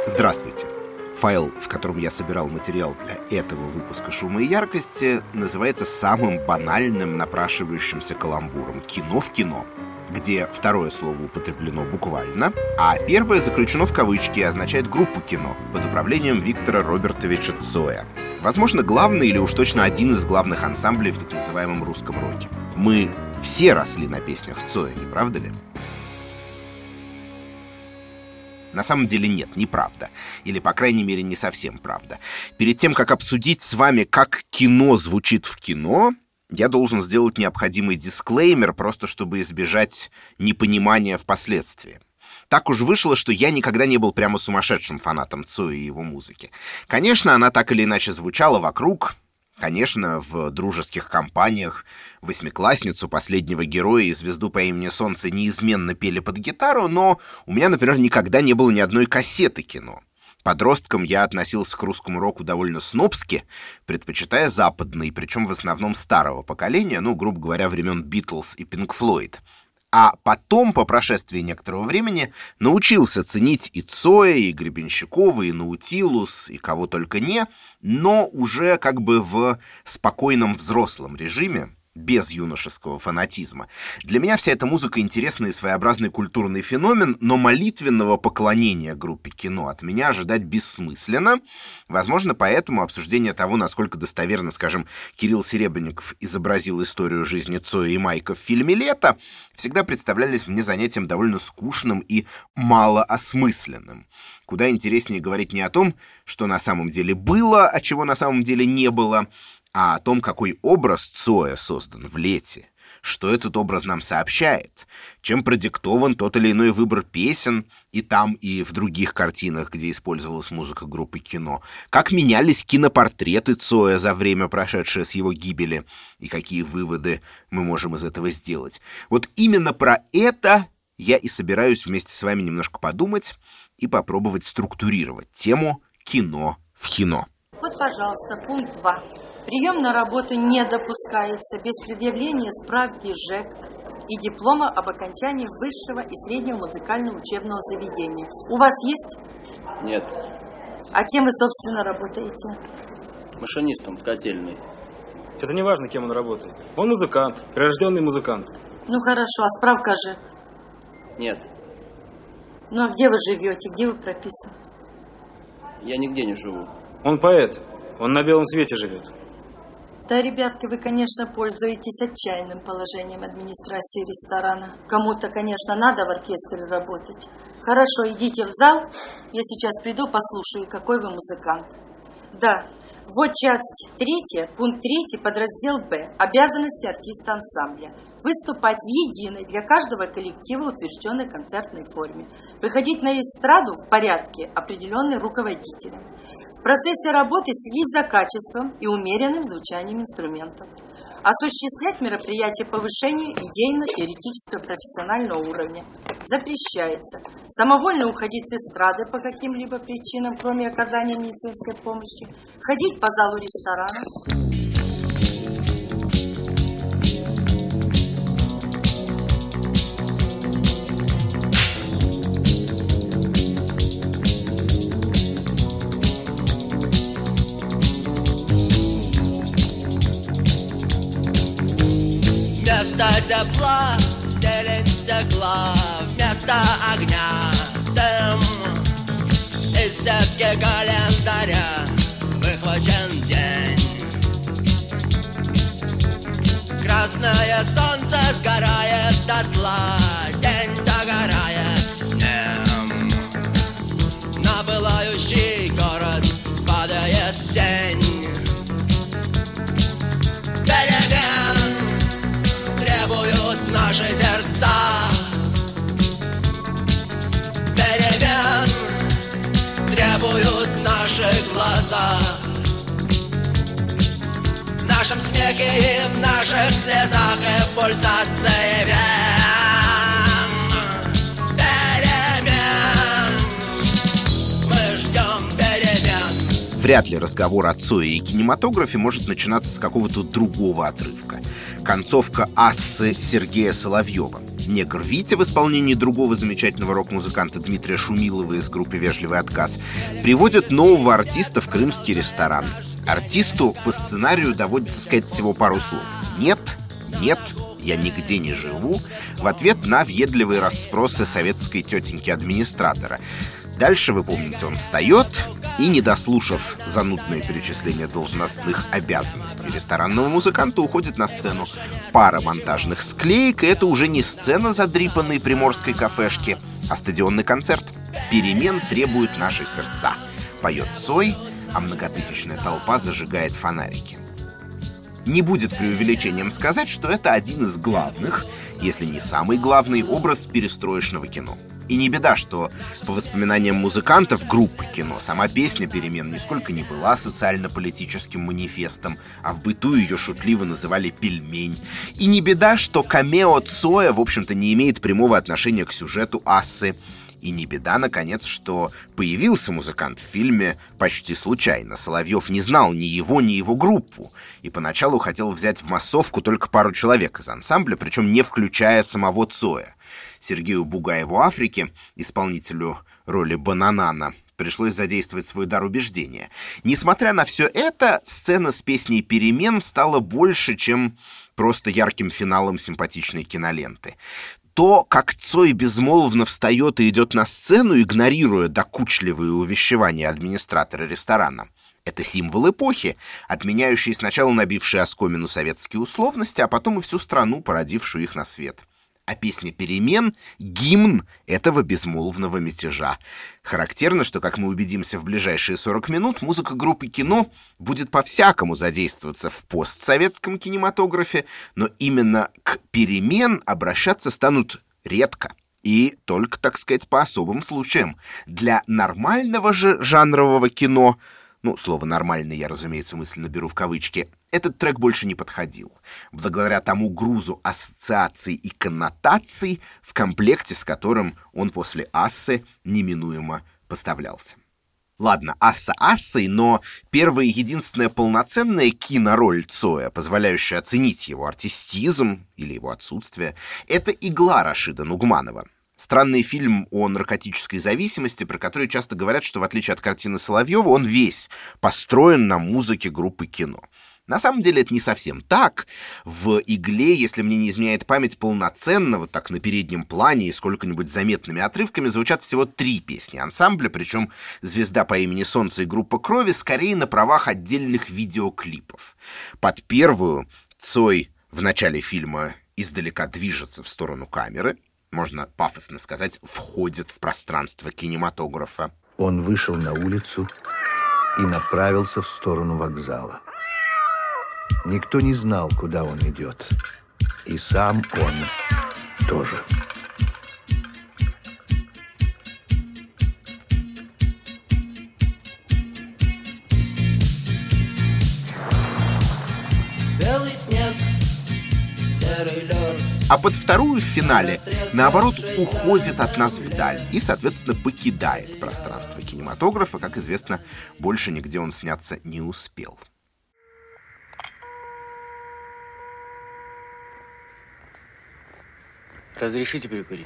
Здравствуйте. Файл, в котором я собирал материал для этого выпуска «Шума и яркости», называется самым банальным напрашивающимся каламбуром «Кино в кино», где второе слово употреблено буквально, а первое заключено в кавычки и означает группу кино под управлением Виктора Робертовича Цоя. Возможно, главный или уж точно один из главных ансамблей в так называемом русском роке. Мы все росли на песнях Цоя, не правда ли? На самом деле нет, неправда. Или, по крайней мере, не совсем правда. Перед тем, как обсудить с вами, как кино звучит в кино, я должен сделать необходимый дисклеймер, просто чтобы избежать непонимания впоследствии. Так уж вышло, что я никогда не был прямо сумасшедшим фанатом Цоя и его музыки. Конечно, она так или иначе звучала вокруг. Конечно, в дружеских компаниях восьмиклассницу, последнего героя и звезду по имени Солнце неизменно пели под гитару, но у меня, например, никогда не было ни одной кассеты кино. Подростком я относился к русскому року довольно снобски, предпочитая западный, причем в основном старого поколения, грубо говоря, времен Битлз и Пинк Флойд. А потом, по прошествии некоторого времени, научился ценить и Цоя, и Гребенщикова, и Наутилус, и кого только не, но уже как бы в спокойном взрослом режиме, без юношеского фанатизма. Для меня вся эта музыка интересный и своеобразный культурный феномен, но молитвенного поклонения группе кино от меня ожидать бессмысленно. Возможно, поэтому обсуждение того, насколько достоверно, скажем, Кирилл Серебренников изобразил историю жизни Цоя и Майка в фильме «Лето», всегда представлялись мне занятием довольно скучным и малоосмысленным. Куда интереснее говорить не о том, что на самом деле было, а чего на самом деле не было, а о том, какой образ Цоя создан в «Лете», что этот образ нам сообщает, чем продиктован тот или иной выбор песен и там, и в других картинах, где использовалась музыка группы кино, как менялись кинопортреты Цоя за время, прошедшее с его гибели, и какие выводы мы можем из этого сделать. Вот именно про это я и собираюсь вместе с вами немножко подумать и попробовать структурировать тему «Кино в кино». Вот, пожалуйста, пункт 2. Прием на работу не допускается без предъявления справки ЖЭК и диплома об окончании высшего и среднего музыкального учебного заведения. У вас есть? Нет. А кем вы, собственно, работаете? Машинистом в котельной. Это не важно, кем он работает. Он музыкант, прирожденный музыкант. Ну хорошо, а справка ЖЭК? Нет. Ну а где вы живете, где вы прописаны? Я нигде не живу. Он поэт, он на белом свете живет. Да, ребятки, вы, конечно, пользуетесь отчаянным положением администрации ресторана. Кому-то, конечно, надо в оркестре работать. Хорошо, идите в зал. Я сейчас приду, послушаю, какой вы музыкант. Да, вот часть 3, пункт 3, подраздел Б. Обязанности артиста ансамбля. Выступать в единой для каждого коллектива утвержденной концертной форме. Выходить на эстраду в порядке, определенный руководителем. В процессе работы следить за качеством и умеренным звучанием инструментов. Осуществлять мероприятия повышения идейно-теоретического профессионального уровня. Запрещается. Самовольно уходить с эстрады по каким-либо причинам, кроме оказания медицинской помощи. Ходить по залу ресторана. Вместо тепла зелень стекла, вместо огня дым. Из сетки календаря выхвачен день. Красное солнце сгорает дотла, день догорает с ним. На пылающий город падает тень. Перемен требуют наши сердца. Перемен требуют наши глаза. В нашем смехе и в наших слезах и в пульсации вен. Перемен. Мы ждем перемен. Вряд ли разговор о Цое и кинематографе может начинаться с какого-то другого отрывка. Концовка «Ассы» Сергея Соловьева. «Негр Витя» в исполнении другого замечательного рок-музыканта Дмитрия Шумилова из группы «Вежливый отказ» приводит нового артиста в крымский ресторан. Артисту по сценарию доводится сказать всего пару слов. «Нет, нет, я нигде не живу», в ответ на въедливые расспросы советской тетеньки-администратора. Дальше, вы помните, он встает и, не дослушав занудное перечисление должностных обязанностей ресторанного музыканта, уходит на сцену. Пара монтажных склеек, и это уже не сцена задрипанной приморской кафешки, а стадионный концерт. «Перемен требуют наши сердца», поет Цой, а многотысячная толпа зажигает фонарики. Не будет преувеличением сказать, что это один из главных, если не самый главный, образ перестроечного кино. И не беда, что, по воспоминаниям музыкантов группы «Кино», сама песня «Перемен» нисколько не была социально-политическим манифестом, а в быту ее шутливо называли «пельмень». И не беда, что камео Цоя, в общем-то, не имеет прямого отношения к сюжету «Ассы». И не беда, наконец, что появился музыкант в фильме почти случайно. Соловьев не знал ни его группу, и поначалу хотел взять в массовку только пару человек из ансамбля, причем не включая самого Цоя. Сергею Бугаеву Африке, исполнителю роли Бананана, пришлось задействовать свой дар убеждения. Несмотря на все это, сцена с песней «Перемен» стала больше, чем просто ярким финалом симпатичной киноленты. То, как Цой безмолвно встает и идет на сцену, игнорируя докучливые увещевания администратора ресторана, это символ эпохи, отменяющий сначала набившие оскомину советские условности, а потом и всю страну, породившую их на свет. А песня «Перемен» — гимн этого безмолвного мятежа. Характерно, что, как мы убедимся в ближайшие 40 минут, музыка группы «Кино» будет по-всякому задействоваться в постсоветском кинематографе, но именно к «Перемен» обращаться станут редко. И только, так сказать, по особым случаям. Для нормального же жанрового кино, слово «нормальный» я, разумеется, мысленно беру в кавычки, этот трек больше не подходил, благодаря тому грузу ассоциаций и коннотаций, в комплекте с которым он после «Ассы» неминуемо поставлялся. Ладно, «Асса» Ассой, но первая и единственная полноценная кинороль Цоя, позволяющая оценить его артистизм или его отсутствие, это «Игла» Рашида Нугманова. Странный фильм о наркотической зависимости, про который часто говорят, что в отличие от картины Соловьева, он весь построен на музыке группы «Кино». На самом деле это не совсем так. В «Игле», если мне не изменяет память, полноценно, вот так на переднем плане и сколько-нибудь заметными отрывками звучат всего 3 песни ансамбля, причем «Звезда по имени Солнце» и группа «Крови» скорее на правах отдельных видеоклипов. Под первую Цой в начале фильма издалека движется в сторону камеры, можно пафосно сказать, входит в пространство кинематографа. Он вышел на улицу и направился в сторону вокзала. Никто не знал, куда он идет. И сам он тоже. Белый снег, серый лед. А под вторую в финале, наоборот, уходит от нас вдаль и, соответственно, покидает пространство кинематографа. Как известно, больше нигде он сняться не успел. Разрешите прикурить?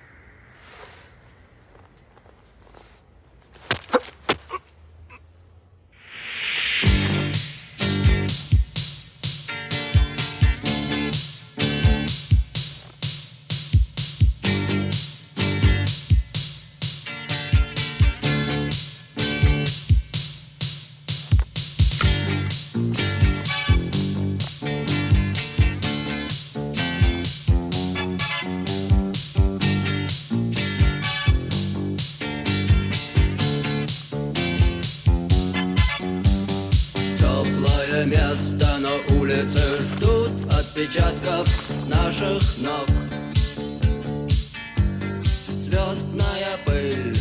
Место на улице ждут отпечатков наших ног. Звездная пыль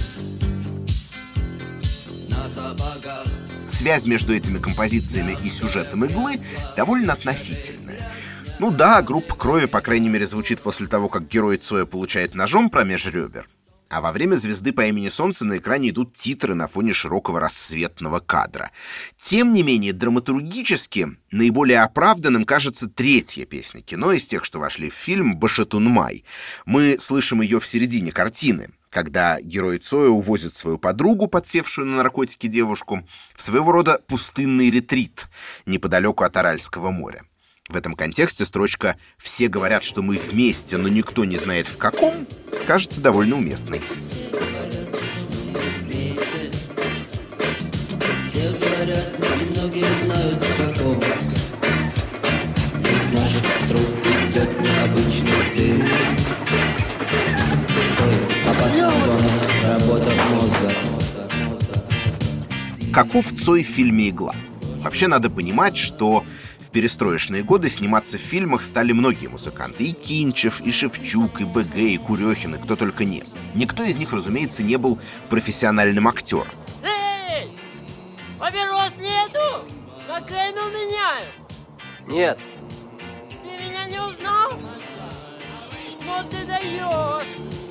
на сапогах. Связь между этими композициями и сюжетом «Иглы» довольно относительная. Да, группа «Крови», по крайней мере, звучит после того, как герой Цоя получает ножом промеж ребер. А во время «Звезды по имени Солнце» на экране идут титры на фоне широкого рассветного кадра. Тем не менее, драматургически наиболее оправданным кажется третья песня кино из тех, что вошли в фильм «Башатунмай». Мы слышим ее в середине картины, когда герой Цоя увозит свою подругу, подсевшую на наркотики девушку, в своего рода пустынный ретрит неподалеку от Аральского моря. В этом контексте строчка «Все говорят, что мы вместе, но никто не знает в каком» кажется довольно уместной. Все говорят, но многие знают в каком. Из наших труб идет необычный дым. Стоит опасным зонам работа мозга. Каков Цой в фильме «Игла»? Вообще надо понимать, что в перестроечные годы сниматься в фильмах стали многие музыканты. И Кинчев, и Шевчук, и БГ, и Курехин, и кто только не. Никто из них, разумеется, не был профессиональным актером. Эй! Папирос нету? Кокаину меняю. Нет. Ты меня не узнал? Вот ты даешь.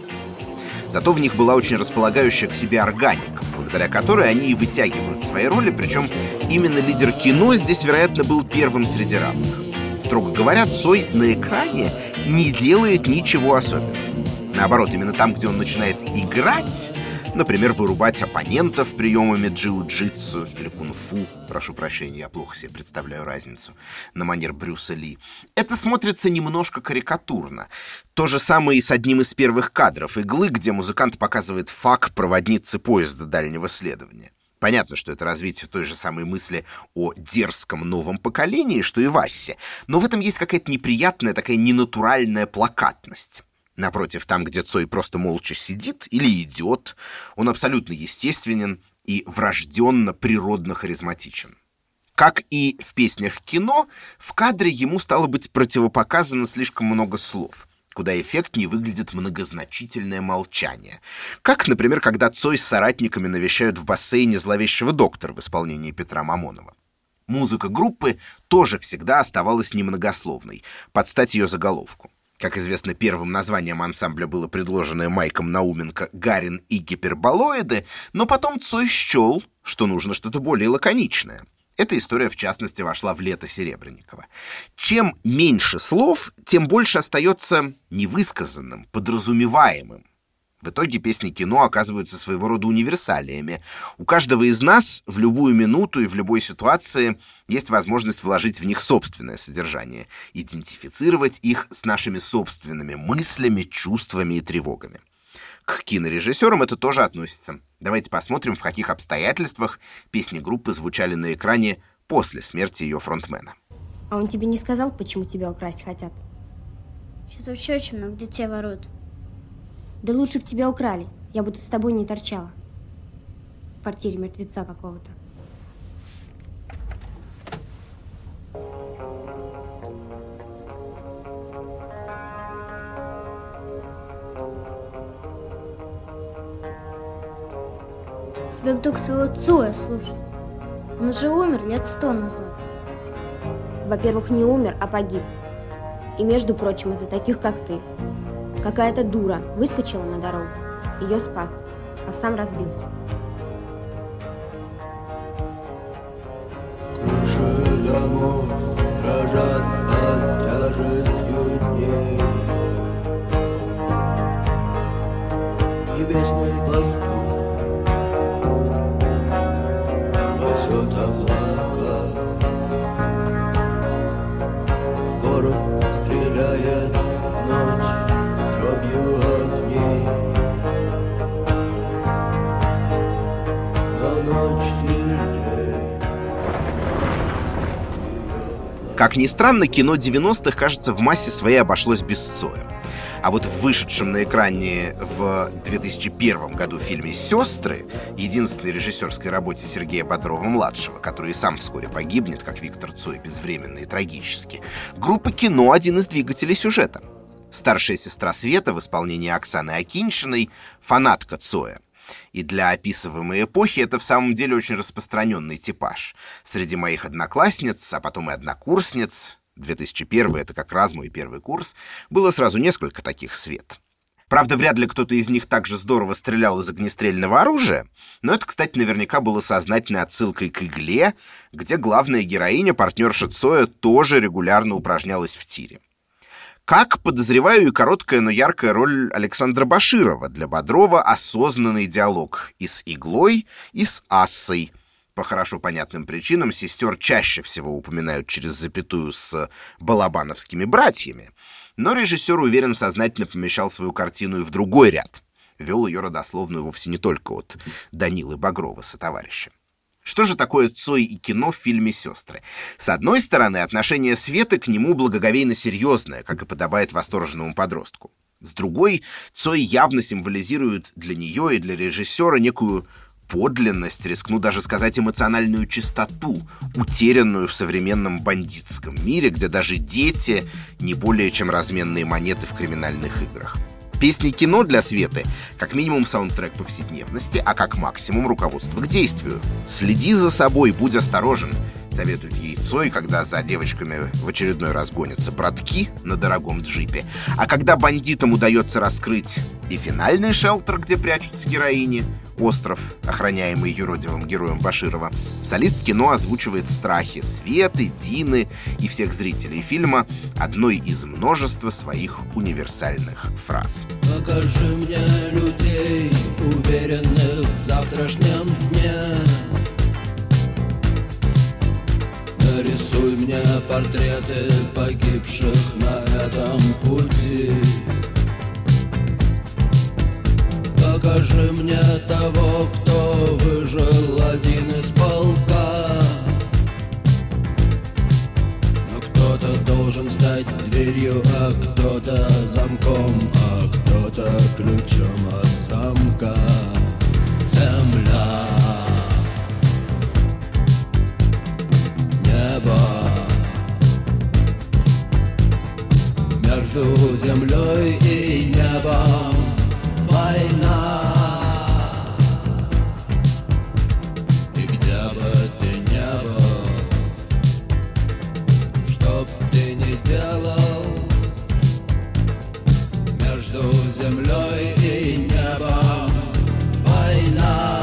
Зато в них была очень располагающая к себе органика, благодаря которой они и вытягивают свои роли, причем именно лидер кино здесь, вероятно, был первым среди равных. Строго говоря, Цой на экране не делает ничего особенного. Наоборот, именно там, где он начинает играть, например, вырубать оппонентов приемами джиу-джитсу или кунг-фу, прошу прощения, я плохо себе представляю разницу, на манер Брюса Ли, это смотрится немножко карикатурно. То же самое и с одним из первых кадров «Иглы», где музыкант показывает фак проводницы поезда дальнего следования. Понятно, что это развитие той же самой мысли о дерзком новом поколении, что и в Ассе, но в этом есть какая-то неприятная, такая ненатуральная плакатность. Напротив, там, где Цой просто молча сидит или идет, он абсолютно естественен и врожденно природно харизматичен. Как и в песнях кино, в кадре ему стало быть противопоказано слишком много слов, куда эффектнее выглядит многозначительное молчание. Как, например, когда Цой с соратниками навещают в бассейне зловещего доктора в исполнении Петра Мамонова. Музыка группы тоже всегда оставалась немногословной, под стать ее заголовку. Как известно, первым названием ансамбля было предложенное Майком Науменко «Гарин и гиперболоиды», но потом Цой счел, что нужно что-то более лаконичное. Эта история, в частности, вошла в «Лето Серебренникова». Чем меньше слов, тем больше остается невысказанным, подразумеваемым. В итоге песни кино оказываются своего рода универсалиями. У каждого из нас в любую минуту и в любой ситуации есть возможность вложить в них собственное содержание, идентифицировать их с нашими собственными мыслями, чувствами и тревогами. К кинорежиссерам это тоже относится. Давайте посмотрим, в каких обстоятельствах песни группы звучали на экране после смерти ее фронтмена. А он тебе не сказал, почему тебя украсть хотят? Сейчас вообще очень много детей воруют. Да лучше бы тебя украли. Я бы тут с тобой не торчала. В квартире мертвеца какого-то. Тебе бы только своего Цоя слушать. Он уже умер лет 100 назад. Во-первых, не умер, а погиб. И, между прочим, из-за таких, как ты. Какая-то дура выскочила на дорогу, ее спас, а сам разбился. Крыши домов дрожат под тяжестью дней. Небесный пастух несет облака. Город стреляет в ночь дробью огней, но ночь сильней. Как ни странно, кино 90-х, кажется, в массе своей обошлось без Цоя. А вот в вышедшем на экране в 2001 году фильме «Сестры», единственной режиссерской работе Сергея Бодрова-младшего, который и сам вскоре погибнет, как Виктор Цой, безвременно и трагически, группа кино — один из двигателей сюжета. Старшая сестра Света в исполнении Оксаны Акиньшиной — фанатка Цоя. И для описываемой эпохи это в самом деле очень распространенный типаж. Среди моих одноклассниц, а потом и однокурсниц, 2001 — это как раз мой первый курс, было сразу несколько таких Свет. Правда, вряд ли кто-то из них так же здорово стрелял из огнестрельного оружия, но это, кстати, наверняка было сознательной отсылкой к «Игле», где главная героиня, партнерша Цоя, тоже регулярно упражнялась в тире. Как, подозреваю, и короткая, но яркая роль Александра Баширова для Бодрова осознанный диалог и с «Иглой», и с «Ассой». По хорошо понятным причинам сестер чаще всего упоминают через запятую с балабановскими братьями, но режиссер, уверен, сознательно помещал свою картину и в другой ряд. Вел ее родословную вовсе не только от Данилы Багрова, сотоварища. Что же такое Цой и кино в фильме «Сестры»? С одной стороны, отношение Светы к нему благоговейно серьезное, как и подобает восторженному подростку. С другой, Цой явно символизирует для нее и для режиссера некую подлинность, рискну даже сказать эмоциональную чистоту, утерянную в современном бандитском мире, где даже дети не более чем разменные монеты в криминальных играх. Песни кино для Светы как минимум саундтрек повседневности, а как максимум руководство к действию. «Следи за собой, будь осторожен», советует ей Цой, когда за девочками в очередной раз гонятся братки на дорогом джипе. А когда бандитам удается раскрыть и финальный шелтер, где прячутся героини, остров, охраняемый юродивым героем Баширова, солист кино озвучивает страхи Светы, Дины и всех зрителей фильма одной из множества своих универсальных фраз. Покажи мне людей, уверенных в завтрашнем дне. Нарисуй мне портреты погибших на этом пути. Покажи мне того, кто выжил один из полка. Но кто-то должен стать дверью, а кто-то замком, а кто-то ключом от замка. Земля, небо, между землей и небом война. И где бы ты ни был, что б ты ни делал, между землей и небом война.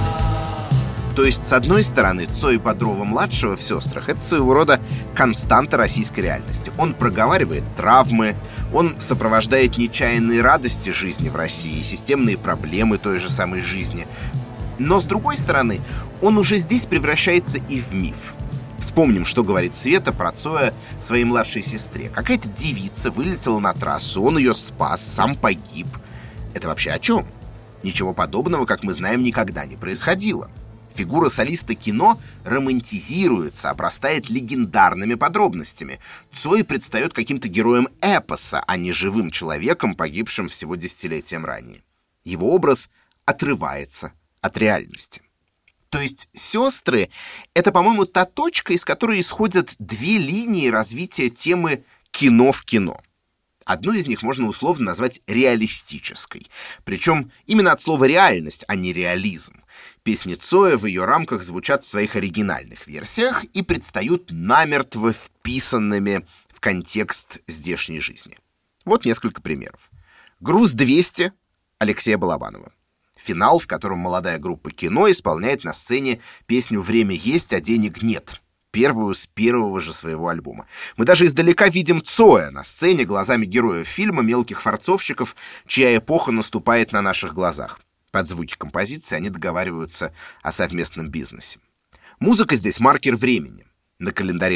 То есть, с одной стороны, Цой Бодрова-младшего в «Сестрах» — это своего рода константа российской реальности. Он проговаривает травмы, он сопровождает нечаянные радости жизни в России и системные проблемы той же самой жизни. Но, с другой стороны, он уже здесь превращается и в миф. Вспомним, что говорит Света про Цоя своей младшей сестре. Какая-то девица вылетела на трассу, он ее спас, сам погиб. Это вообще о чем? Ничего подобного, как мы знаем, никогда не происходило. Фигура солиста кино романтизируется, обрастает легендарными подробностями. Цой предстает каким-то героем эпоса, а не живым человеком, погибшим всего десятилетием ранее. Его образ отрывается от реальности. То есть «Сестры» — это, по-моему, та точка, из которой исходят две линии развития темы «кино в кино». Одну из них можно условно назвать реалистической. Причем именно от слова «реальность», а не «реализм». Песни Цоя в ее рамках звучат в своих оригинальных версиях и предстают намертво вписанными в контекст здешней жизни. Вот несколько примеров. «Груз-200» Алексея Балабанова. Финал, в котором молодая группа «Кино» исполняет на сцене песню «Время есть, а денег нет», первую с первого же своего альбома. Мы даже издалека видим Цоя на сцене глазами героев фильма, мелких форцовщиков, чья эпоха наступает на наших глазах. Под звуки композиции они договариваются о совместном бизнесе. Музыка здесь маркер времени. На календаре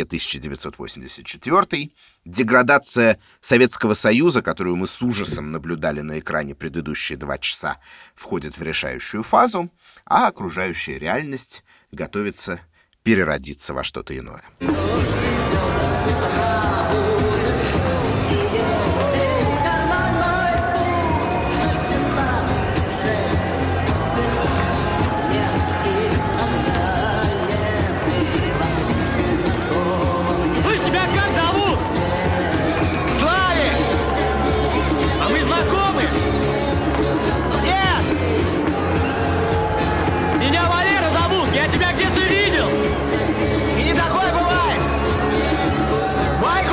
1984, деградация Советского Союза, которую мы с ужасом наблюдали на экране предыдущие 2 часа, входит в решающую фазу, а окружающая реальность готовится переродиться во что-то иное. Я тебя где-то видел! И не такое бывает! Майкл!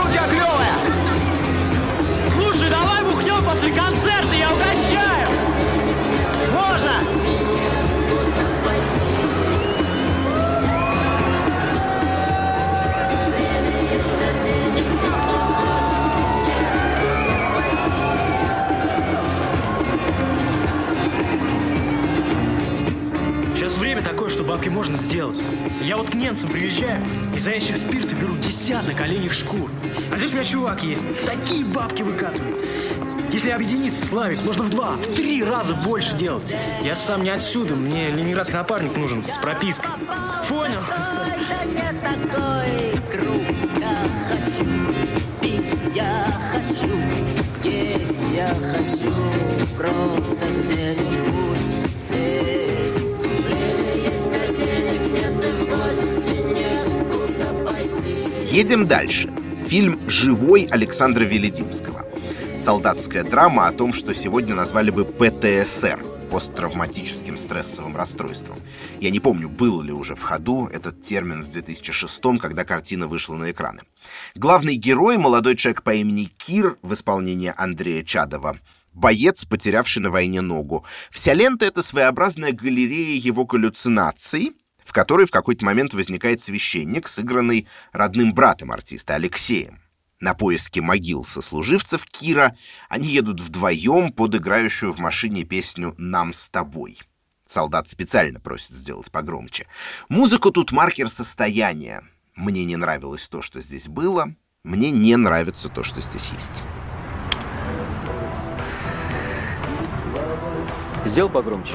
такое, что бабки можно сделать. Я вот к немцам приезжаю, и за ящик спирта беру десяток оленьих шкур. А здесь у меня чувак есть, такие бабки выкатывают. Если объединиться, Славик, можно в 2, в 3 раза больше делать. Я сам не отсюда, мне ленинградский напарник нужен с пропиской. Понял? Это не такой круг. Я хочу пить, я хочу есть, я хочу просто где-нибудь сесть. Время есть, а денег нет, и в гости некуда пойти. Едем дальше. Фильм «Живой» Александра Велединского. Солдатская драма о том, что сегодня назвали бы ПТСР – посттравматическим стрессовым расстройством. Я не помню, был ли уже в ходу этот термин в 2006-м, когда картина вышла на экраны. Главный герой – молодой человек по имени Кир в исполнении Андрея Чадова. Боец, потерявший на войне ногу. Вся лента – это своеобразная галерея его галлюцинаций, в которой в какой-то момент возникает священник, сыгранный родным братом артиста Алексеем. На поиски могил сослуживцев Кира они едут вдвоем под играющую в машине песню «Нам с тобой». Солдат специально просит сделать погромче. Музыка тут маркер состояния. Мне не нравилось то, что здесь было. Мне не нравится то, что здесь есть. Сделал погромче.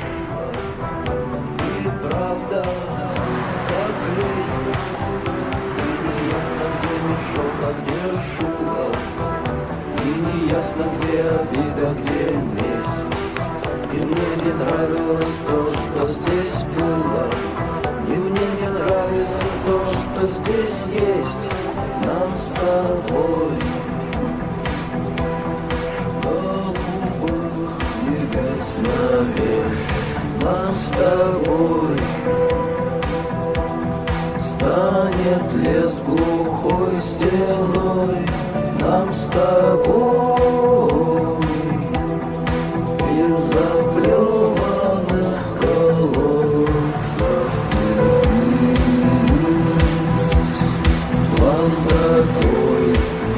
Ясно, где обида, где месть. И мне не нравилось то, что здесь было. И мне не нравится то, что здесь есть. Нам с тобой голубых небес навес. Нам с тобой станет лес глухой стеной. Нам с тобой из заплеванных колодцев план такой.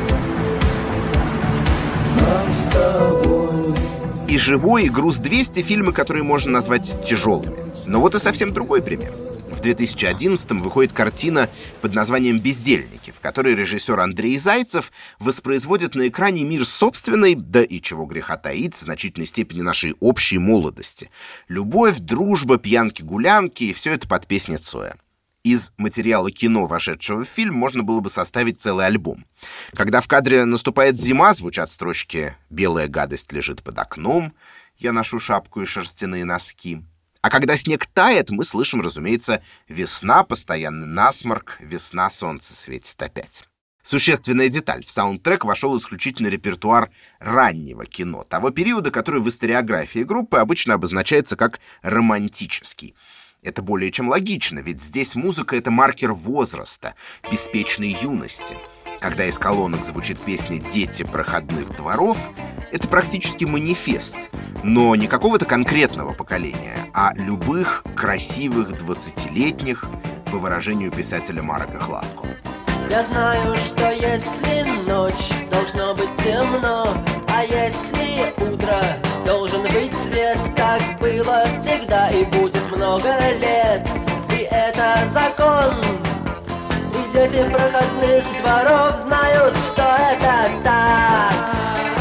Нам с тобой. И «Живой», и «Груз-200» — фильмы, которые можно назвать тяжелыми. Но вот и совсем другой пример. В 2011-м выходит картина под названием «Бездельники», в которой режиссер Андрей Зайцев воспроизводит на экране мир собственной, да и чего греха таить, в значительной степени нашей общей молодости. Любовь, дружба, пьянки-гулянки, и все это под песни Цоя. Из материала кино, вошедшего в фильм, можно было бы составить целый альбом. Когда в кадре наступает зима, звучат строчки «Белая гадость лежит под окном», «Я ношу шапку и шерстяные носки». А когда снег тает, мы слышим, разумеется, «Весна, постоянный насморк, весна, солнце светит опять». Существенная деталь. В саундтрек вошел исключительно репертуар раннего кино, того периода, который в историографии группы обычно обозначается как романтический. Это более чем логично, ведь здесь музыка — это маркер возраста, беспечной юности. Когда из колонок звучит песня «Дети проходных дворов», это практически манифест, но не какого-то конкретного поколения, а любых красивых 20-летних, по выражению писателя Марека Хласко. Я знаю, что если ночь, должно быть темно, а если утро, должен быть свет. Так было всегда и будет много лет, и это закон. И дети проходных дворов знают, что это так.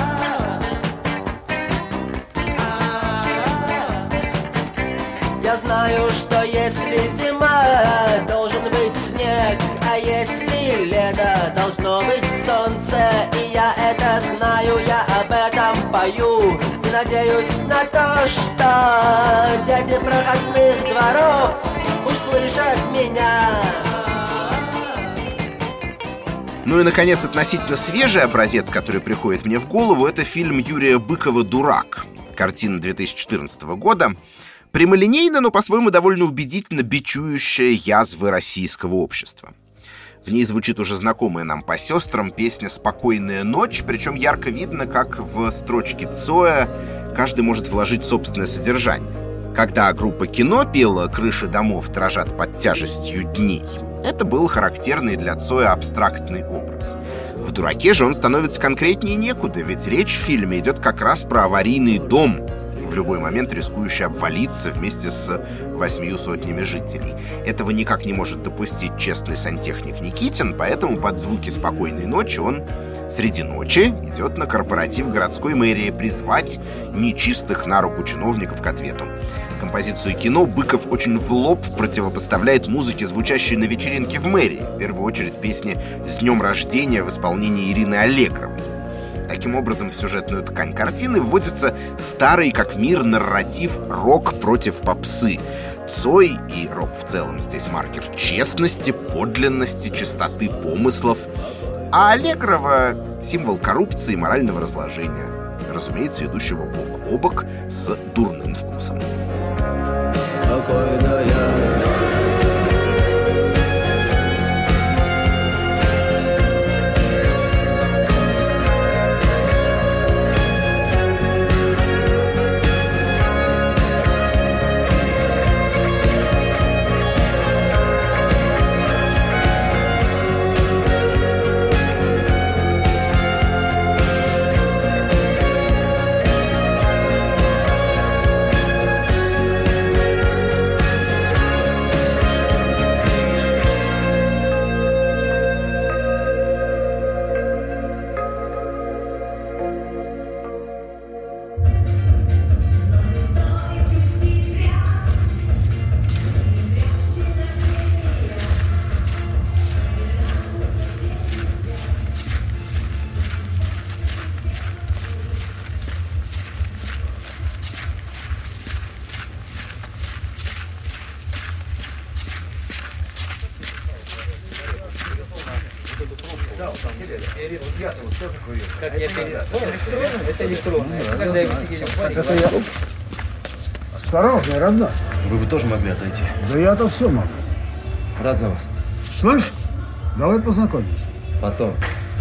Я знаю, что если зима, должен быть снег, а если лето, должно быть солнце. И я это знаю, я об этом пою, и надеюсь на то, что дети проходных дворов услышат меня. Ну и, наконец, относительно свежий образец, который приходит мне в голову, это фильм Юрия Быкова «Дурак». Картина 2014 года. Прямолинейно, но по-своему довольно убедительно бичующая язвы российского общества. В ней звучит уже знакомая нам по сестрам песня «Спокойная ночь», причем ярко видно, как в строчке Цоя каждый может вложить собственное содержание. Когда группа «Кино» пела «Крыши домов дрожат под тяжестью дней», это был характерный для Цоя абстрактный образ. В «Дураке» же он становится конкретнее некуда, ведь речь в фильме идет как раз про аварийный дом, в любой момент рискующий обвалиться вместе с 800 жителей. Этого никак не может допустить честный сантехник Никитин, поэтому под звуки «Спокойной ночи» он среди ночи идет на корпоратив городской мэрии призвать нечистых на руку чиновников к ответу. Композицию «Кино» Быков очень в лоб противопоставляет музыке, звучащей на вечеринке в мэрии, в первую очередь песни «С днем рождения» в исполнении Ирины Аллегровой. Таким образом, в сюжетную ткань картины вводится старый как мир нарратив «рок против попсы». Цой и рок в целом здесь маркер честности, подлинности, чистоты помыслов. А Аллегрова — символ коррупции и морального разложения, разумеется, идущего бок о бок с дурным вкусом. Осторожней, родной. Вы бы тоже могли отойти. Да я-то все могу. Рад за вас. Слышь, давай познакомимся. Потом.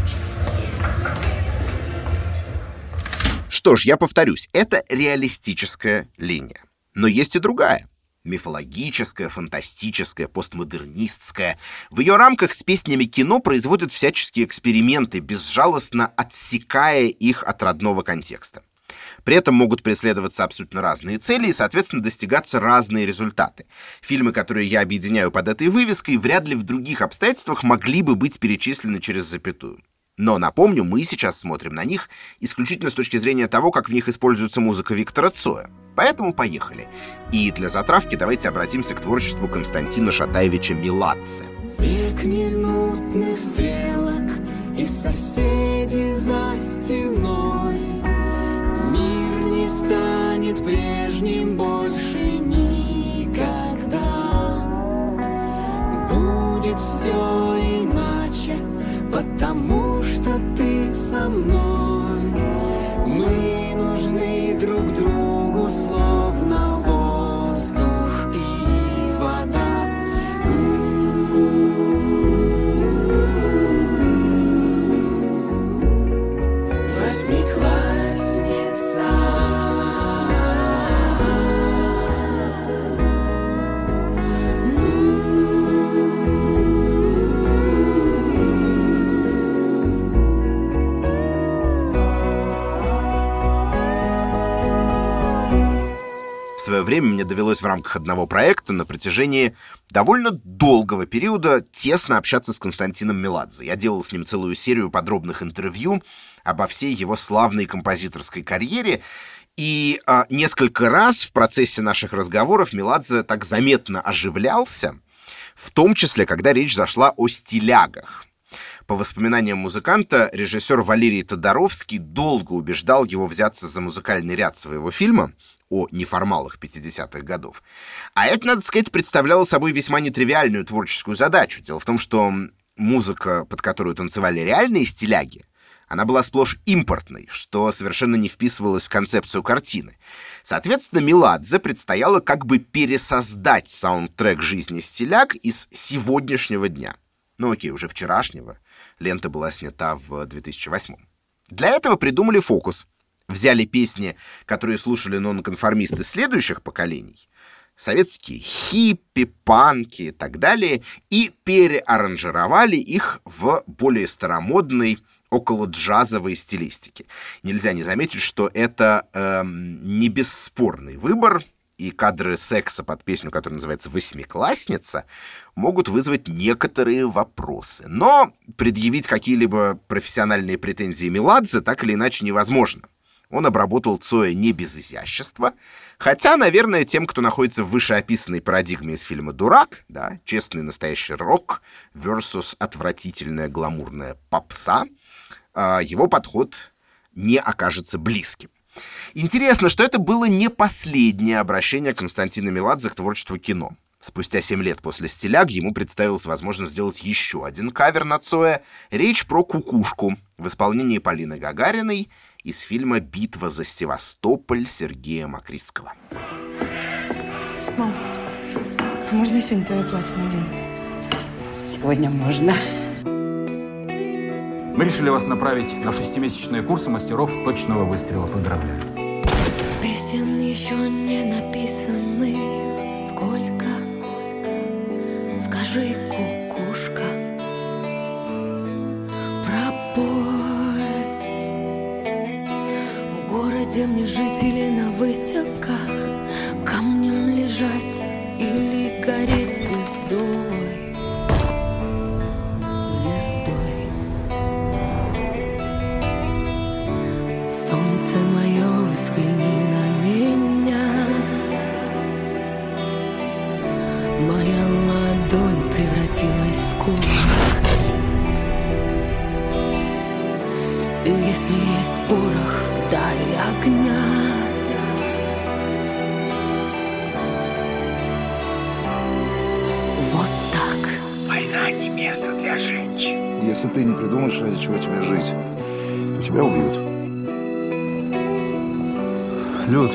Что ж, я повторюсь, это реалистическая линия. Но есть и другая. Мифологическая, фантастическая, постмодернистская. В ее рамках с песнями «Кино» производят всяческие эксперименты, безжалостно отсекая их от родного контекста. При этом могут преследоваться абсолютно разные цели и, соответственно, достигаться разные результаты. Фильмы, которые я объединяю под этой вывеской, вряд ли в других обстоятельствах могли бы быть перечислены через запятую. Но, напомню, мы сейчас смотрим на них исключительно с точки зрения того, как в них используется музыка Виктора Цоя. Поэтому поехали. И для затравки давайте обратимся к творчеству Константина Шатаевича Меладзе. Век минутных стрелок и соседи за стеной. Мир не станет прежним больше никогда. Будет все иначе, потому что ты со мной. Мы нужны друг другу, словно воздух и вода. Восьмиклассница. В свое время мне довелось в рамках одного проекта на протяжении довольно долгого периода тесно общаться с Константином Меладзе. Я делал с ним целую серию подробных интервью обо всей его славной композиторской карьере. И несколько раз в процессе наших разговоров Меладзе так заметно оживлялся, в том числе, когда речь зашла о стилягах. По воспоминаниям музыканта, режиссер Валерий Тодоровский долго убеждал его взяться за музыкальный ряд своего фильма о неформалах 50-х годов. А это, надо сказать, представляло собой весьма нетривиальную творческую задачу. Дело в том, что музыка, под которую танцевали реальные стиляги, она была сплошь импортной, что совершенно не вписывалось в концепцию картины. Соответственно, Меладзе предстояло как бы пересоздать саундтрек жизни стиляг из сегодняшнего дня. Ну окей, уже вчерашнего. Лента была снята в 2008. Для этого придумали фокус. Взяли песни, которые слушали нонконформисты следующих поколений, советские хиппи, панки и так далее, и переаранжировали их в более старомодный около джазовой стилистики. Нельзя не заметить, что это не бесспорный выбор, и кадры секса под песню, которая называется «Восьмиклассница», могут вызвать некоторые вопросы. Но предъявить какие-либо профессиональные претензии Меладзе так или иначе невозможно. Он обработал Цоя не без изящества, хотя, наверное, тем, кто находится в вышеописанной парадигме из фильма «Дурак», да, честный настоящий рок versus отвратительная гламурная попса, его подход не окажется близким. Интересно, что это было не последнее обращение Константина Меладзе к творчеству кино. Спустя 7 лет после «Стиляг» ему представилась возможность сделать еще один кавер на Цоя. Речь про «Кукушку» в исполнении Полины Гагариной из фильма «Битва за Севастополь» Сергея Макритского. Мам, а можно я сегодня твое платье надену? Сегодня можно. Мы решили вас направить на 6-месячные курсы мастеров точного выстрела. Поздравляю. Песен еще не написаны. Сколько? Скажи, кукушка, пробой. В городе мне жить или на выселках, камнем лежать или гореть звездой. Солнце мое, взгляни на меня. Моя ладонь превратилась в кулак. И если есть порох, дай огня. Вот так. Война не место для женщин. Если ты не придумаешь, ради чего тебе жить, то тебя убьют. Люд,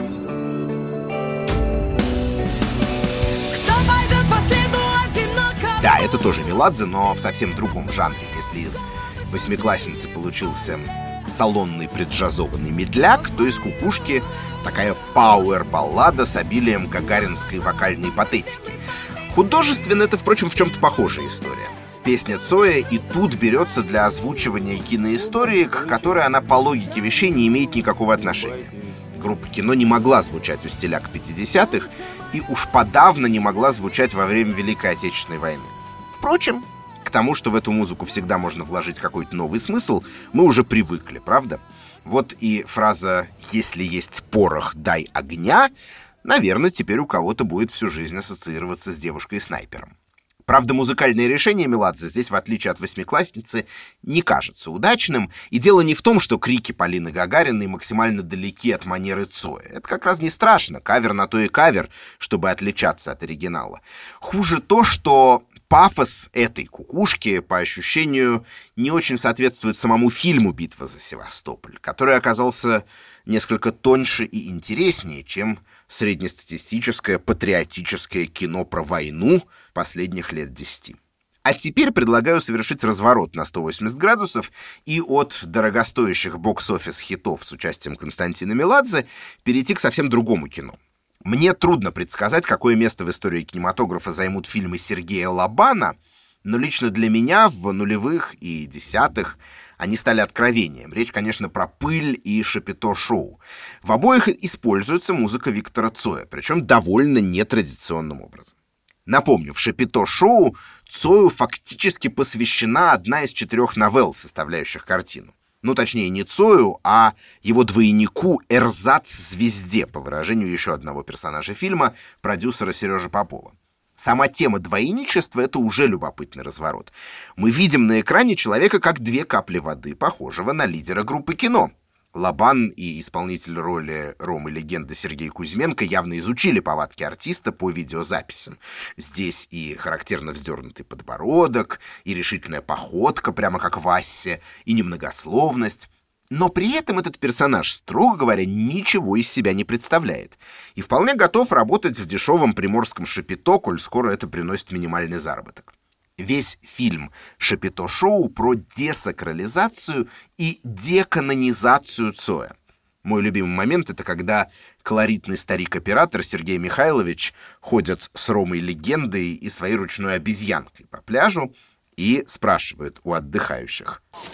Да, это тоже Меладзе, но в совсем другом жанре. Если из «Восьмиклассницы» получился салонный преджазованный медляк, то из «Кукушки» такая пауэр-баллада с обилием гагаринской вокальной патетики. Художественно это, впрочем, в чем-то похожая история. Песня Цоя и тут берется для озвучивания киноистории, к которой она по логике вещей не имеет никакого отношения. Группа «Кино» не могла звучать у «Стиляг» 50-х и уж подавно не могла звучать во время Великой Отечественной войны. Впрочем, к тому, что в эту музыку всегда можно вложить какой-то новый смысл, мы уже привыкли, правда? Вот и фраза «если есть порох, дай огня», наверное, теперь у кого-то будет всю жизнь ассоциироваться с девушкой-снайпером. Правда, музыкальное решение Меладзе здесь, в отличие от «Восьмиклассницы», не кажется удачным. И дело не в том, что крики Полины Гагариной максимально далеки от манеры Цоя. Это как раз не страшно. Кавер на то и кавер, чтобы отличаться от оригинала. Хуже то, что пафос этой «Кукушки», по ощущению, не очень соответствует самому фильму «Битва за Севастополь», который оказался несколько тоньше и интереснее, чем среднестатистическое патриотическое кино про войну последних лет 10. А теперь предлагаю совершить разворот на 180 градусов и от дорогостоящих бокс-оффис хитов с участием Константина Меладзе перейти к совсем другому кино. Мне трудно предсказать, какое место в истории кинематографа займут фильмы Сергея Лобана, но лично для меня в нулевых и десятых они стали откровением. Речь, конечно, про «Пыль» и «Шапито-шоу». В обоих используется музыка Виктора Цоя, причем довольно нетрадиционным образом. Напомню, в «Шапито-шоу» Цою фактически посвящена одна из 4 новелл, составляющих картину. Ну, точнее, не Цою, а его двойнику Эрзац-звезде, по выражению еще одного персонажа фильма, продюсера Сережи Попова. Сама тема двойничества — это уже любопытный разворот. Мы видим на экране человека как 2 капли воды, похожего на лидера группы «Кино». Лобан и исполнитель роли Ромы-легенды Сергей Кузьменко явно изучили повадки артиста по видеозаписям. Здесь и характерно вздернутый подбородок, и решительная походка, прямо как в Ассе, и немногословность. Но при этом этот персонаж, строго говоря, ничего из себя не представляет. И вполне готов работать в дешевом приморском Шапито, коль скоро это приносит минимальный заработок. Весь фильм «Шапито-шоу» про десакрализацию и деканонизацию Цоя. Мой любимый момент — это когда колоритный старик-оператор Сергей Михайлович ходит с Ромой-легендой и своей ручной обезьянкой по пляжу и спрашивает у отдыхающих: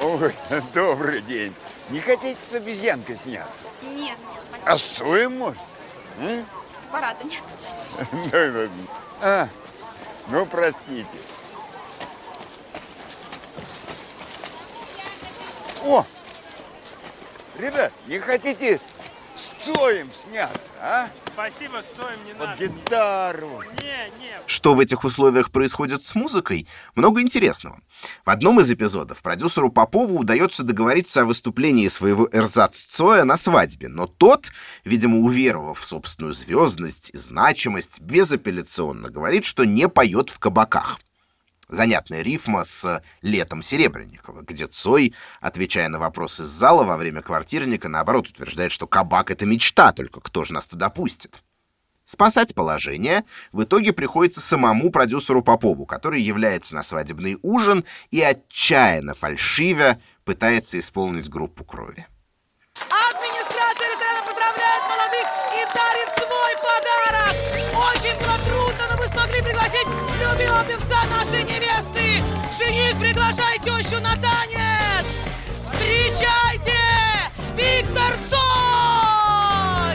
Ой, добрый день. Не хотите с обезьянкой сняться? Нет, А с Цоем, может? аппарата нет. Ну, простите. О! Ребят, не хотите с Цоем сняться, а? Спасибо, с Цоем не надо. Под гитару. Не. Что в этих условиях происходит с музыкой? Много интересного. В одном из эпизодов продюсеру Попову удается договориться о выступлении своего эрзац Цоя на свадьбе, но тот, видимо, уверовав в собственную звездность и значимость, безапелляционно говорит, что не поет в кабаках. Занятная рифма с «Летом Серебренникова», где Цой, отвечая на вопросы из зала во время квартирника, наоборот утверждает, что кабак — это мечта, только кто же нас туда пустит? Спасать положение в итоге приходится самому продюсеру Попову, который является на свадебный ужин и отчаянно фальшивя пытается исполнить группу крови. Администрация ресторана поздравляет молодых и дарит свой подарок! Очень было трудно, но мы смогли пригласить любимого певца нашей невесты! Жених, приглашай тещу на танец! Встречайте! Виктор Цой!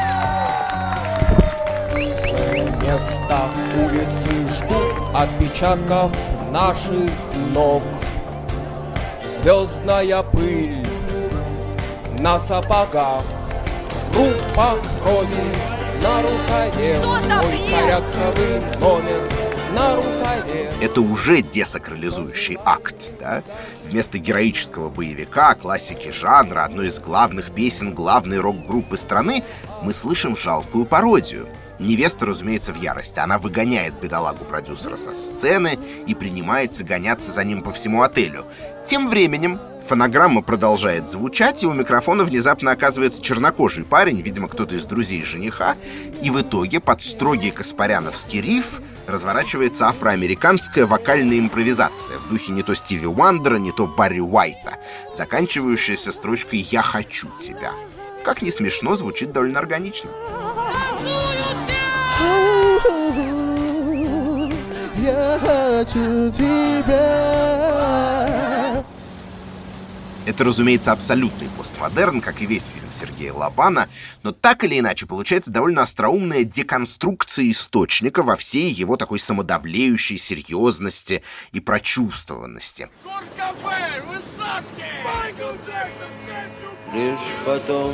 Места улицы ждут отпечатков наших ног. Звездная пыль на сапогах, группа крови на рукаве, мой порядковый номер на рукаве. Это уже десакрализующий акт, да? Вместо героического боевика, классики жанра, одной из главных песен главной рок-группы страны, мы слышим жалкую пародию. Невеста, разумеется, в ярости. Она выгоняет бедолагу-продюсера со сцены и принимается гоняться за ним по всему отелю. Тем временем фонограмма продолжает звучать, и у микрофона внезапно оказывается чернокожий парень, видимо, кто-то из друзей жениха, и в итоге под строгий каспаряновский риф разворачивается афроамериканская вокальная импровизация в духе не то Стиви Уандера, не то Барри Уайта, заканчивающаяся строчкой «Я хочу тебя». Как ни смешно, звучит довольно органично. Я хочу тебя. Это, разумеется, абсолютный постмодерн, как и весь фильм Сергея Лобана, но так или иначе получается довольно остроумная деконструкция источника во всей его такой самодовлеющей серьезности и прочувствованности. Лишь потом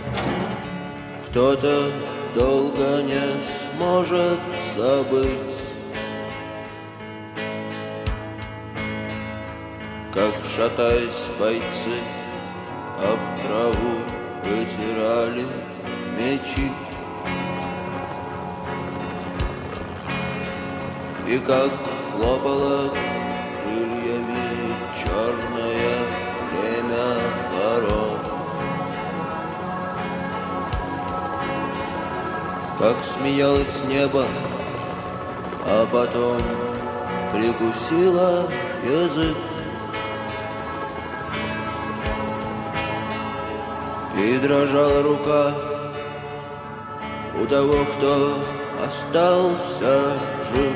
кто-то долго не сможет забыть, как, шатаясь, бойцы об траву вытирали мечи, и как хлопало крыльями черное племя ворон, как смеялось небо, а потом прикусило язык. И дрожала рука у того, кто остался жив.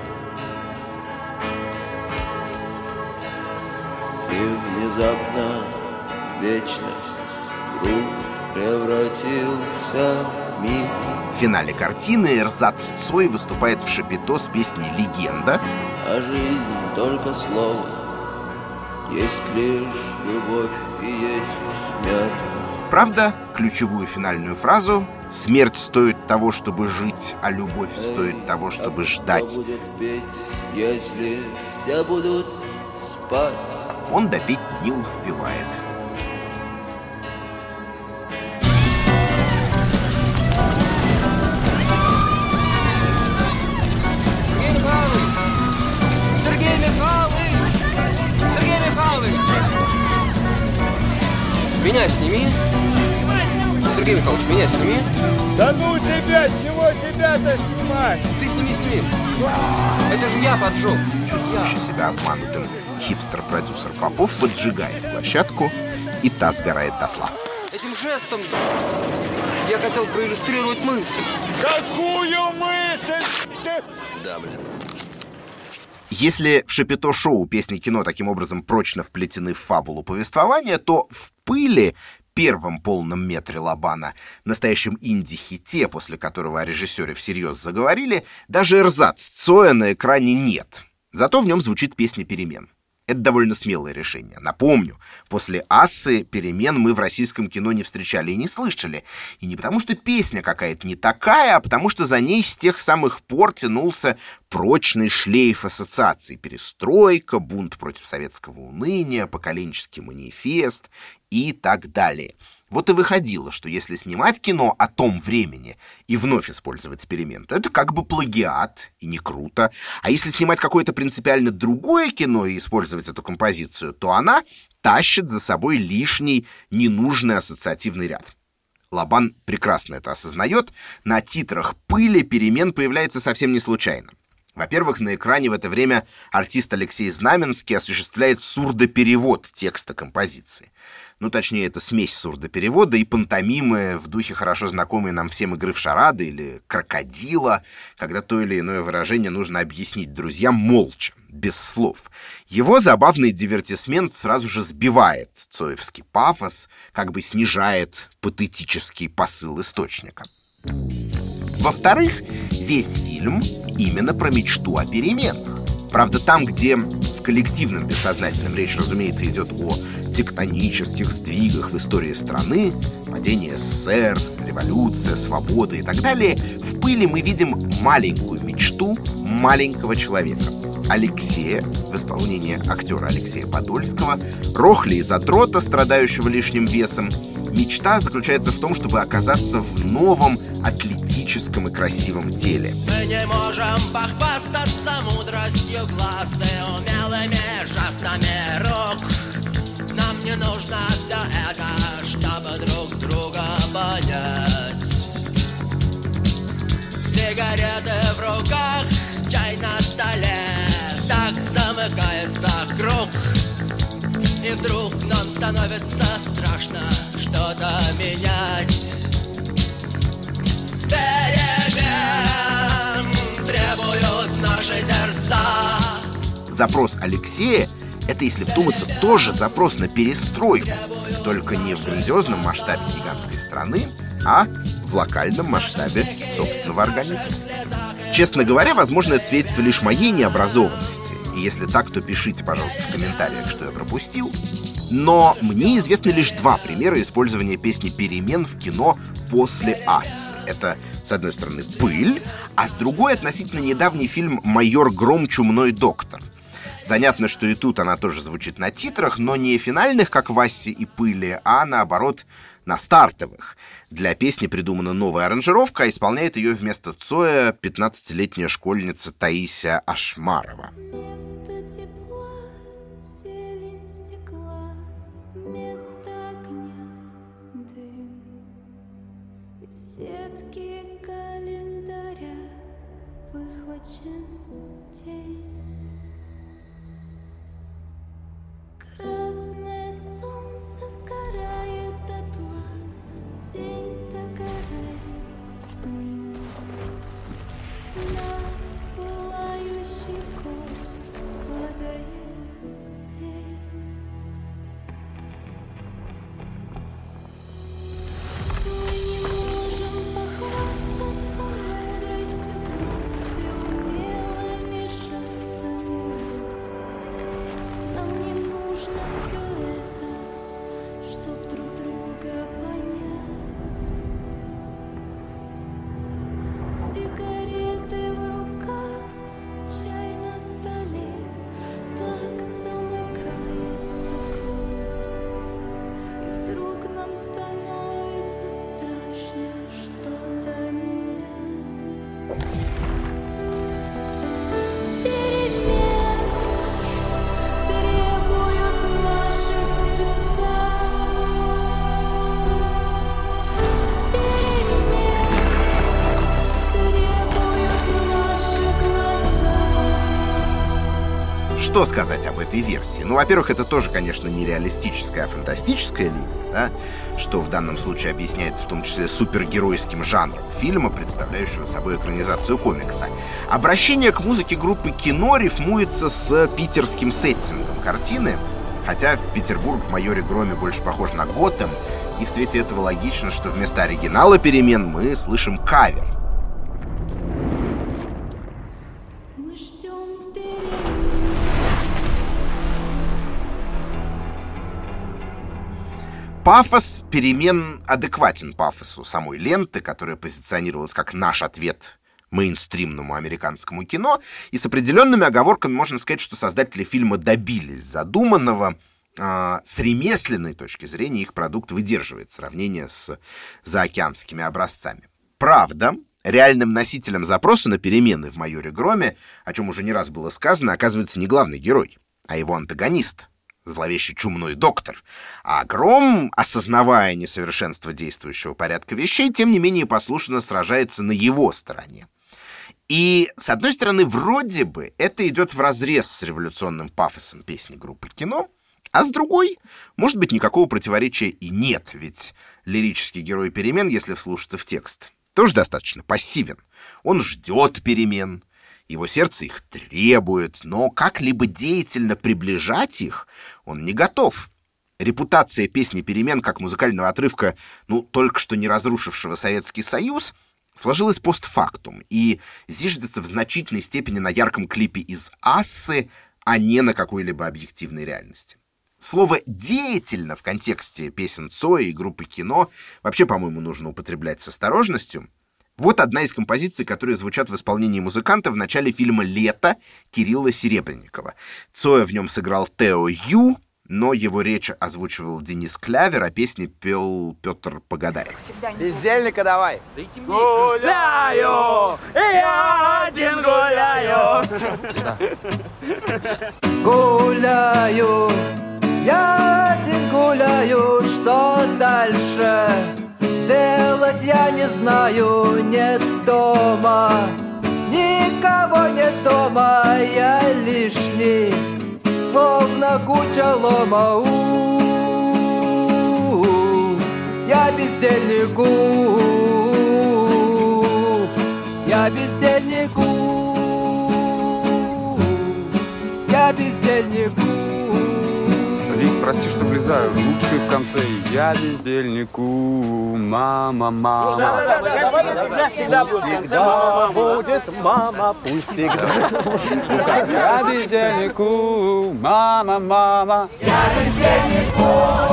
И внезапно вечность вдруг превратился в миг. В финале картины эрзац Цой выступает в шапито с песней «Легенда». А жизнь только слово, есть лишь любовь и есть смерть. Правда, ключевую финальную фразу «Смерть стоит того, чтобы жить, а любовь стоит того, чтобы ждать» Кто будет петь, если все будут спать? Он допеть не успевает. Сергей Михайлович! Сергей Михайлович! Меня сними. Сергей Михайлович, меня сними. Да ну тебя, чего тебя-то снимать? Ты сними. Это же я поджег. Чувствующий себя обманутым хипстер-продюсер Попов поджигает площадку, и та сгорает дотла. Этим жестом я хотел проиллюстрировать мысль. Какую мысль? Да, блин. Если в «Шапито-шоу» песни кино таким образом прочно вплетены в фабулу повествования, то в «Пыли», первом полном метре Лобана, настоящем инди-хите, после которого о режиссере всерьез заговорили, даже эрзац Цоя на экране нет. Зато в нем звучит песня «Перемен». Это довольно смелое решение. Напомню, после «Ассы» «Перемен» мы в российском кино не встречали и не слышали. И не потому, что песня какая-то не такая, а потому, что за ней с тех самых пор тянулся прочный шлейф ассоциаций. Перестройка, бунт против советского уныния, поколенческий манифест и так далее. Вот и выходило, что если снимать кино о том времени и вновь использовать «Перемен», то это как бы плагиат, и не круто. А если снимать какое-то принципиально другое кино и использовать эту композицию, то она тащит за собой лишний, ненужный ассоциативный ряд. Лобан прекрасно это осознает. На титрах «Пыли» «Перемен» появляется совсем не случайно. Во-первых, на экране в это время артист Алексей Знаменский осуществляет сурдоперевод текста композиции. Ну, точнее, это смесь сурдоперевода и пантомимы в духе хорошо знакомой нам всем игры в шарады или крокодила, когда то или иное выражение нужно объяснить друзьям молча, без слов. Его забавный дивертисмент сразу же сбивает цоевский пафос, как бы снижает патетический посыл источника. Во-вторых, весь фильм именно про мечту о переменах. Правда, там, где в коллективном бессознательном речь, разумеется, идет о тектонических сдвигах в истории страны, падение СССР, революция, свобода и так далее, в «Пыли» мы видим маленькую мечту маленького человека. Алексея, в исполнении актера Алексея Подольского, рохля и задрота, страдающего лишним весом. Мечта заключается в том, чтобы оказаться в новом, атлетическом и красивом теле. Мы не можем похвастаться мудростью глаз и умелыми жестами рук. Нам не нужно все это, чтобы друг друга понять. Сигареты в руках, чай на столе, так замыкается круг. И вдруг нам становится страшно что-то менять. Перемен требуют наши сердца. Запрос Алексея — это, если вдуматься, тоже запрос на перестройку. Только не в грандиозном масштабе гигантской страны, а в локальном масштабе собственного организма. Честно говоря, возможно, это свидетельство лишь моей необразованности. И если так, то пишите, пожалуйста, в комментариях, что я пропустил. Но мне известны лишь два примера использования песни «Перемен» в кино после «Ассы». Это, с одной стороны, «Пыль», а с другой относительно недавний фильм «Майор Гром. Чумной доктор». Занятно, что и тут она тоже звучит на титрах, но не финальных, как в «Ассе» и «Пыли», а, наоборот, на стартовых. Для песни придумана новая аранжировка, а исполняет ее вместо Цоя 15-летняя школьница Таисия Ашмарова. Сетки календаря выхвачен день. Красное солнце сгорает дотла, день догорает с ним. На пылающий город падает тень. Мы не можем похвастаться мудростью глаз и умелыми жестами рук. Нам не нужно все это, чтоб друг друга понять. Сигареты в Что сказать об этой версии? Ну, во-первых, это тоже, конечно, не реалистическая, а фантастическая линия, да? Что в данном случае объясняется в том числе супергеройским жанром фильма, представляющего собой экранизацию комикса. Обращение к музыке группы «Кино» рифмуется с питерским сеттингом картины, хотя Петербург в «Майоре Громе» больше похож на Готэм, и в свете этого логично, что вместо оригинала перемен мы слышим кавер. Пафос перемен адекватен пафосу самой ленты, которая позиционировалась как наш ответ мейнстримному американскому кино, и с определенными оговорками можно сказать, что создатели фильма добились задуманного. С ремесленной точки зрения их продукт выдерживает сравнение с заокеанскими образцами. Правда, реальным носителем запроса на перемены в «Майоре Громе», о чем уже не раз было сказано, оказывается не главный герой, а его антагонист, зловещий чумной доктор. А Гром, осознавая несовершенство действующего порядка вещей, тем не менее послушно сражается на его стороне. И, с одной стороны, вроде бы это идет вразрез с революционным пафосом песни группы «Кино», а с другой, может быть, никакого противоречия и нет, ведь лирический герой перемен, если вслушаться в текст, тоже достаточно пассивен. Он ждет перемен, его сердце их требует, но как-либо деятельно приближать их он не готов. Репутация песни «Перемен» как музыкального отрывка, только что не разрушившего Советский Союз, сложилась постфактум и зиждется в значительной степени на ярком клипе из «Ассы», а не на какой-либо объективной реальности. Слово «деятельно» в контексте песен Цоя и группы «Кино» вообще, по-моему, нужно употреблять с осторожностью. Вот одна из композиций, которые звучат в исполнении музыканта в начале фильма «Лето» Кирилла Серебренникова. Цоя в нем сыграл Тео Ю, но его речь озвучивал Денис Клявер, а песни пел Петр Погодаев. Бездельника давай. Гуляю, я один гуляю. Гуляю, я один гуляю, что дальше делать я не знаю, нет дома, никого нет дома, я лишний, словно куча лома. Я бездельник, я бездельник, я бездельник. Вик, прости, что влезаю. Лучший в конце. Я бездельнику, мама, мама. Всегда будет мама, пусть всегда. Я бездельнику, мама, мама. Я бездельнику.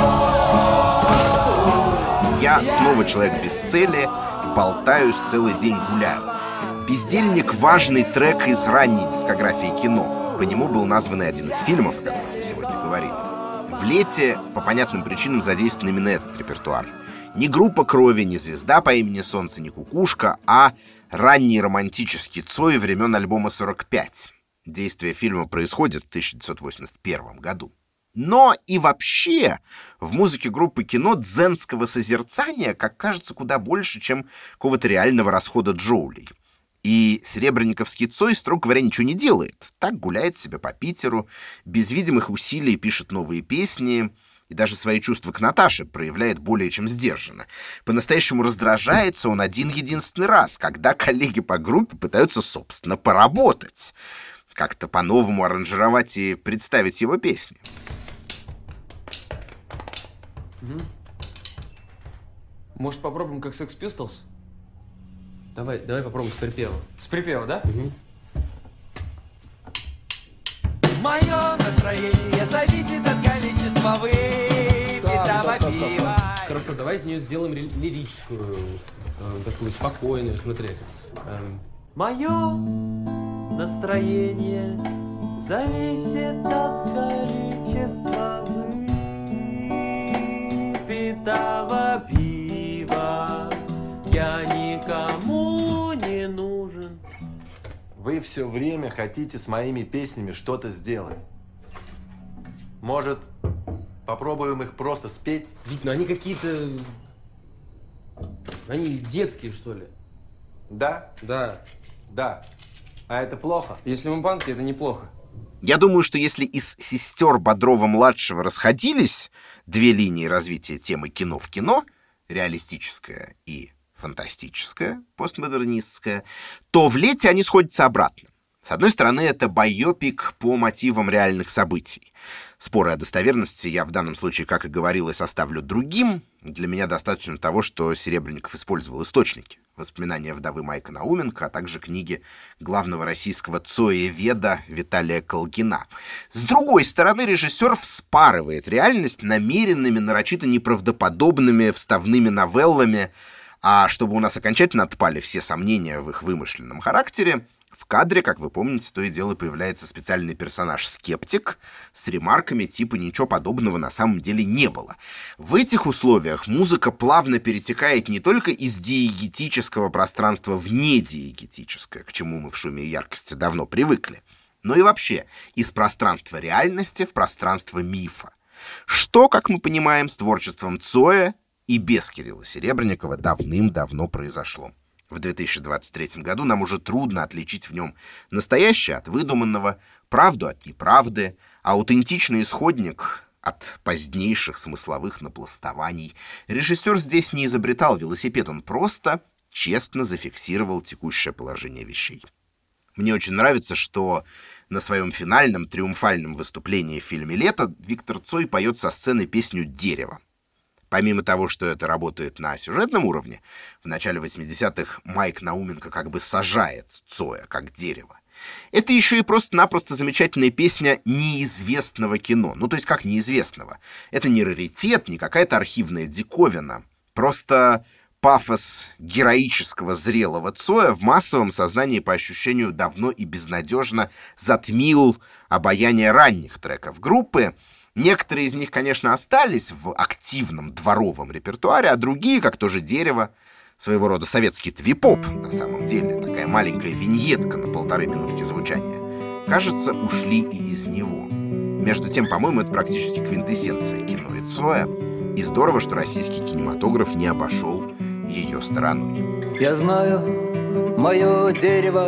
Я снова человек без цели, болтаюсь, целый день гуляю. «Бездельник» — важный трек из ранней дискографии «Кино». По нему был назван один из фильмов, о которых мы сегодня говорили. В «Лете» по понятным причинам задействован именно этот репертуар. Не группа «Крови», не «Звезда по имени Солнце», не «Кукушка», а ранний романтический Цой времен альбома «45». Действие фильма происходит в 1981 году. Но и вообще в музыке группы «Кино» дзенского созерцания, как кажется, куда больше, чем какого-то реального расхода джоулей. И серебренниковский Цой, строго говоря, ничего не делает. Так гуляет себе по Питеру, без видимых усилий пишет новые песни, и даже свои чувства к Наташе проявляет более чем сдержанно. По-настоящему раздражается он один-единственный раз, когда коллеги по группе пытаются, собственно, поработать. Как-то по-новому аранжировать и представить его песни. Может, попробуем как Sex Pistols? Давай попробуем с припева. С припева, да? Мое настроение зависит от количества выпитого пива. Хорошо, давай из нее сделаем лирическую, такую спокойную, смотри. Мое настроение зависит от количества выпитого пива. Я никому не нужен. Вы все время хотите с моими песнями что-то сделать. Может, попробуем их просто спеть? Вить, ну они какие-то... Они детские, что ли? Да? Да. Да. А это плохо? Если мы банки, это неплохо. Я думаю, что если из сестер Бодрова-младшего расходились две линии развития темы кино в кино, реалистическая и фантастическая, постмодернистская, то в «Лете» они сходятся обратно. С одной стороны, это байопик по мотивам реальных событий. Споры о достоверности я в данном случае, как и говорилось, оставлю другим. Для меня достаточно того, что Серебренников использовал источники. Воспоминания вдовы Майка Науменко, а также книги главного российского цоеведа Виталия Колгина. С другой стороны, режиссер вспарывает реальность намеренными, нарочито неправдоподобными вставными новеллами, а чтобы у нас окончательно отпали все сомнения в их вымышленном характере, в кадре, как вы помните, то и дело появляется специальный персонаж-скептик с ремарками типа «ничего подобного на самом деле не было». В этих условиях музыка плавно перетекает не только из диегетического пространства в недиегетическое, к чему мы в «Шуме и яркости» давно привыкли, но и вообще из пространства реальности в пространство мифа. Что, как мы понимаем, с творчеством Цоя и без Кирилла Серебренникова давным-давно произошло. В 2023 году нам уже трудно отличить в нем настоящее от выдуманного, правду от неправды, аутентичный исходник от позднейших смысловых напластований. Режиссер здесь не изобретал велосипед, он просто честно зафиксировал текущее положение вещей. Мне очень нравится, что на своем финальном триумфальном выступлении в фильме «Лето» Виктор Цой поет со сцены песню «Дерево». Помимо того, что это работает на сюжетном уровне, в начале 80-х Майк Науменко как бы сажает Цоя как дерево. Это еще и просто-напросто замечательная песня неизвестного кино. Ну, то есть как неизвестного? Это не раритет, не какая-то архивная диковина. Просто пафос героического зрелого Цоя в массовом сознании по ощущению давно и безнадежно затмил обаяние ранних треков группы. Некоторые из них, конечно, остались в активном дворовом репертуаре, а другие, как тоже «Дерево», своего рода советский твип-поп, на самом деле, такая маленькая виньетка на 1,5 минутки звучания, кажется, ушли и из него. Между тем, по-моему, это практически квинтэссенция кино и Цоя, и здорово, что российский кинематограф не обошел ее стороной. Я знаю, мое дерево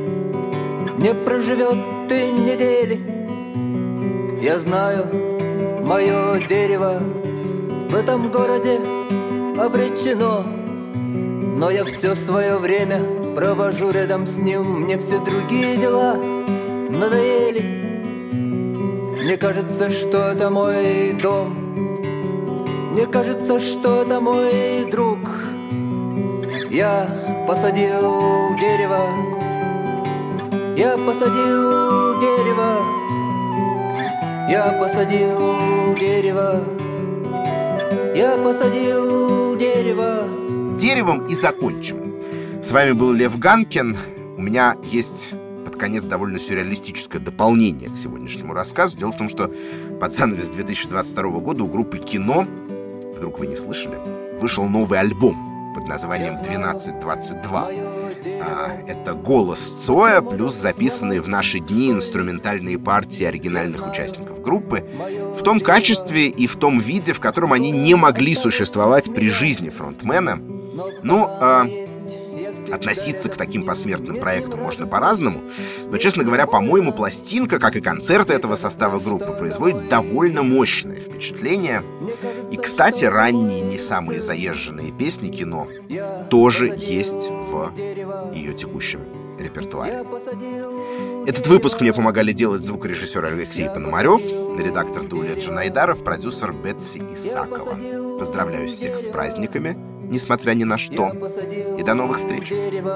не проживет и недели. Я знаю, мое дерево в этом городе обречено, но я все свое время провожу рядом с ним. Мне все другие дела надоели. Мне кажется, что это мой дом. Мне кажется, что это мой друг. Я посадил дерево. Я посадил дерево. Я посадил дерево. Я посадил дерево. Деревом и закончим. С вами был Лев Ганкин. У меня есть под конец довольно сюрреалистическое дополнение к сегодняшнему рассказу. Дело в том, что под занавес 2022 года у группы «Кино», вдруг вы не слышали, вышел новый альбом под названием «1222». Это голос Цоя плюс записанные в наши дни инструментальные партии оригинальных участников группы в том качестве и в том виде, в котором они не могли существовать при жизни фронтмена. Относиться к таким посмертным проектам можно по-разному, но, честно говоря, по-моему, пластинка, как и концерты этого состава группы, производит довольно мощное впечатление. И, кстати, ранние, не самые заезженные песни «Кино» тоже есть в ее текущем репертуаре. Этот выпуск мне помогали делать звукорежиссер Алексей Пономарев, редактор Дуля Джанайдаров, продюсер Бетси Исакова. Поздравляю всех с праздниками, несмотря ни на что. И до новых встреч.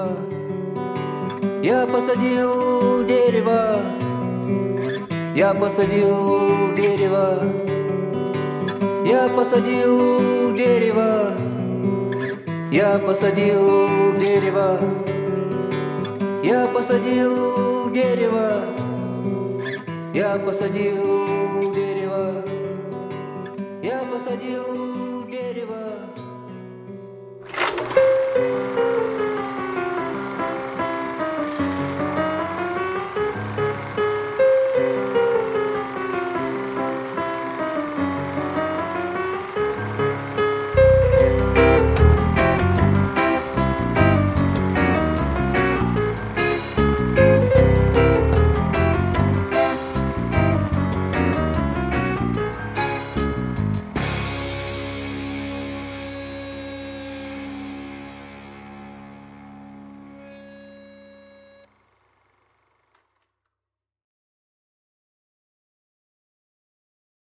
Я посадил дерево. Я посадил дерево. Я посадил дерево. Я посадил дерево. Я посадил дерево. Я посадил дерево. Я посадил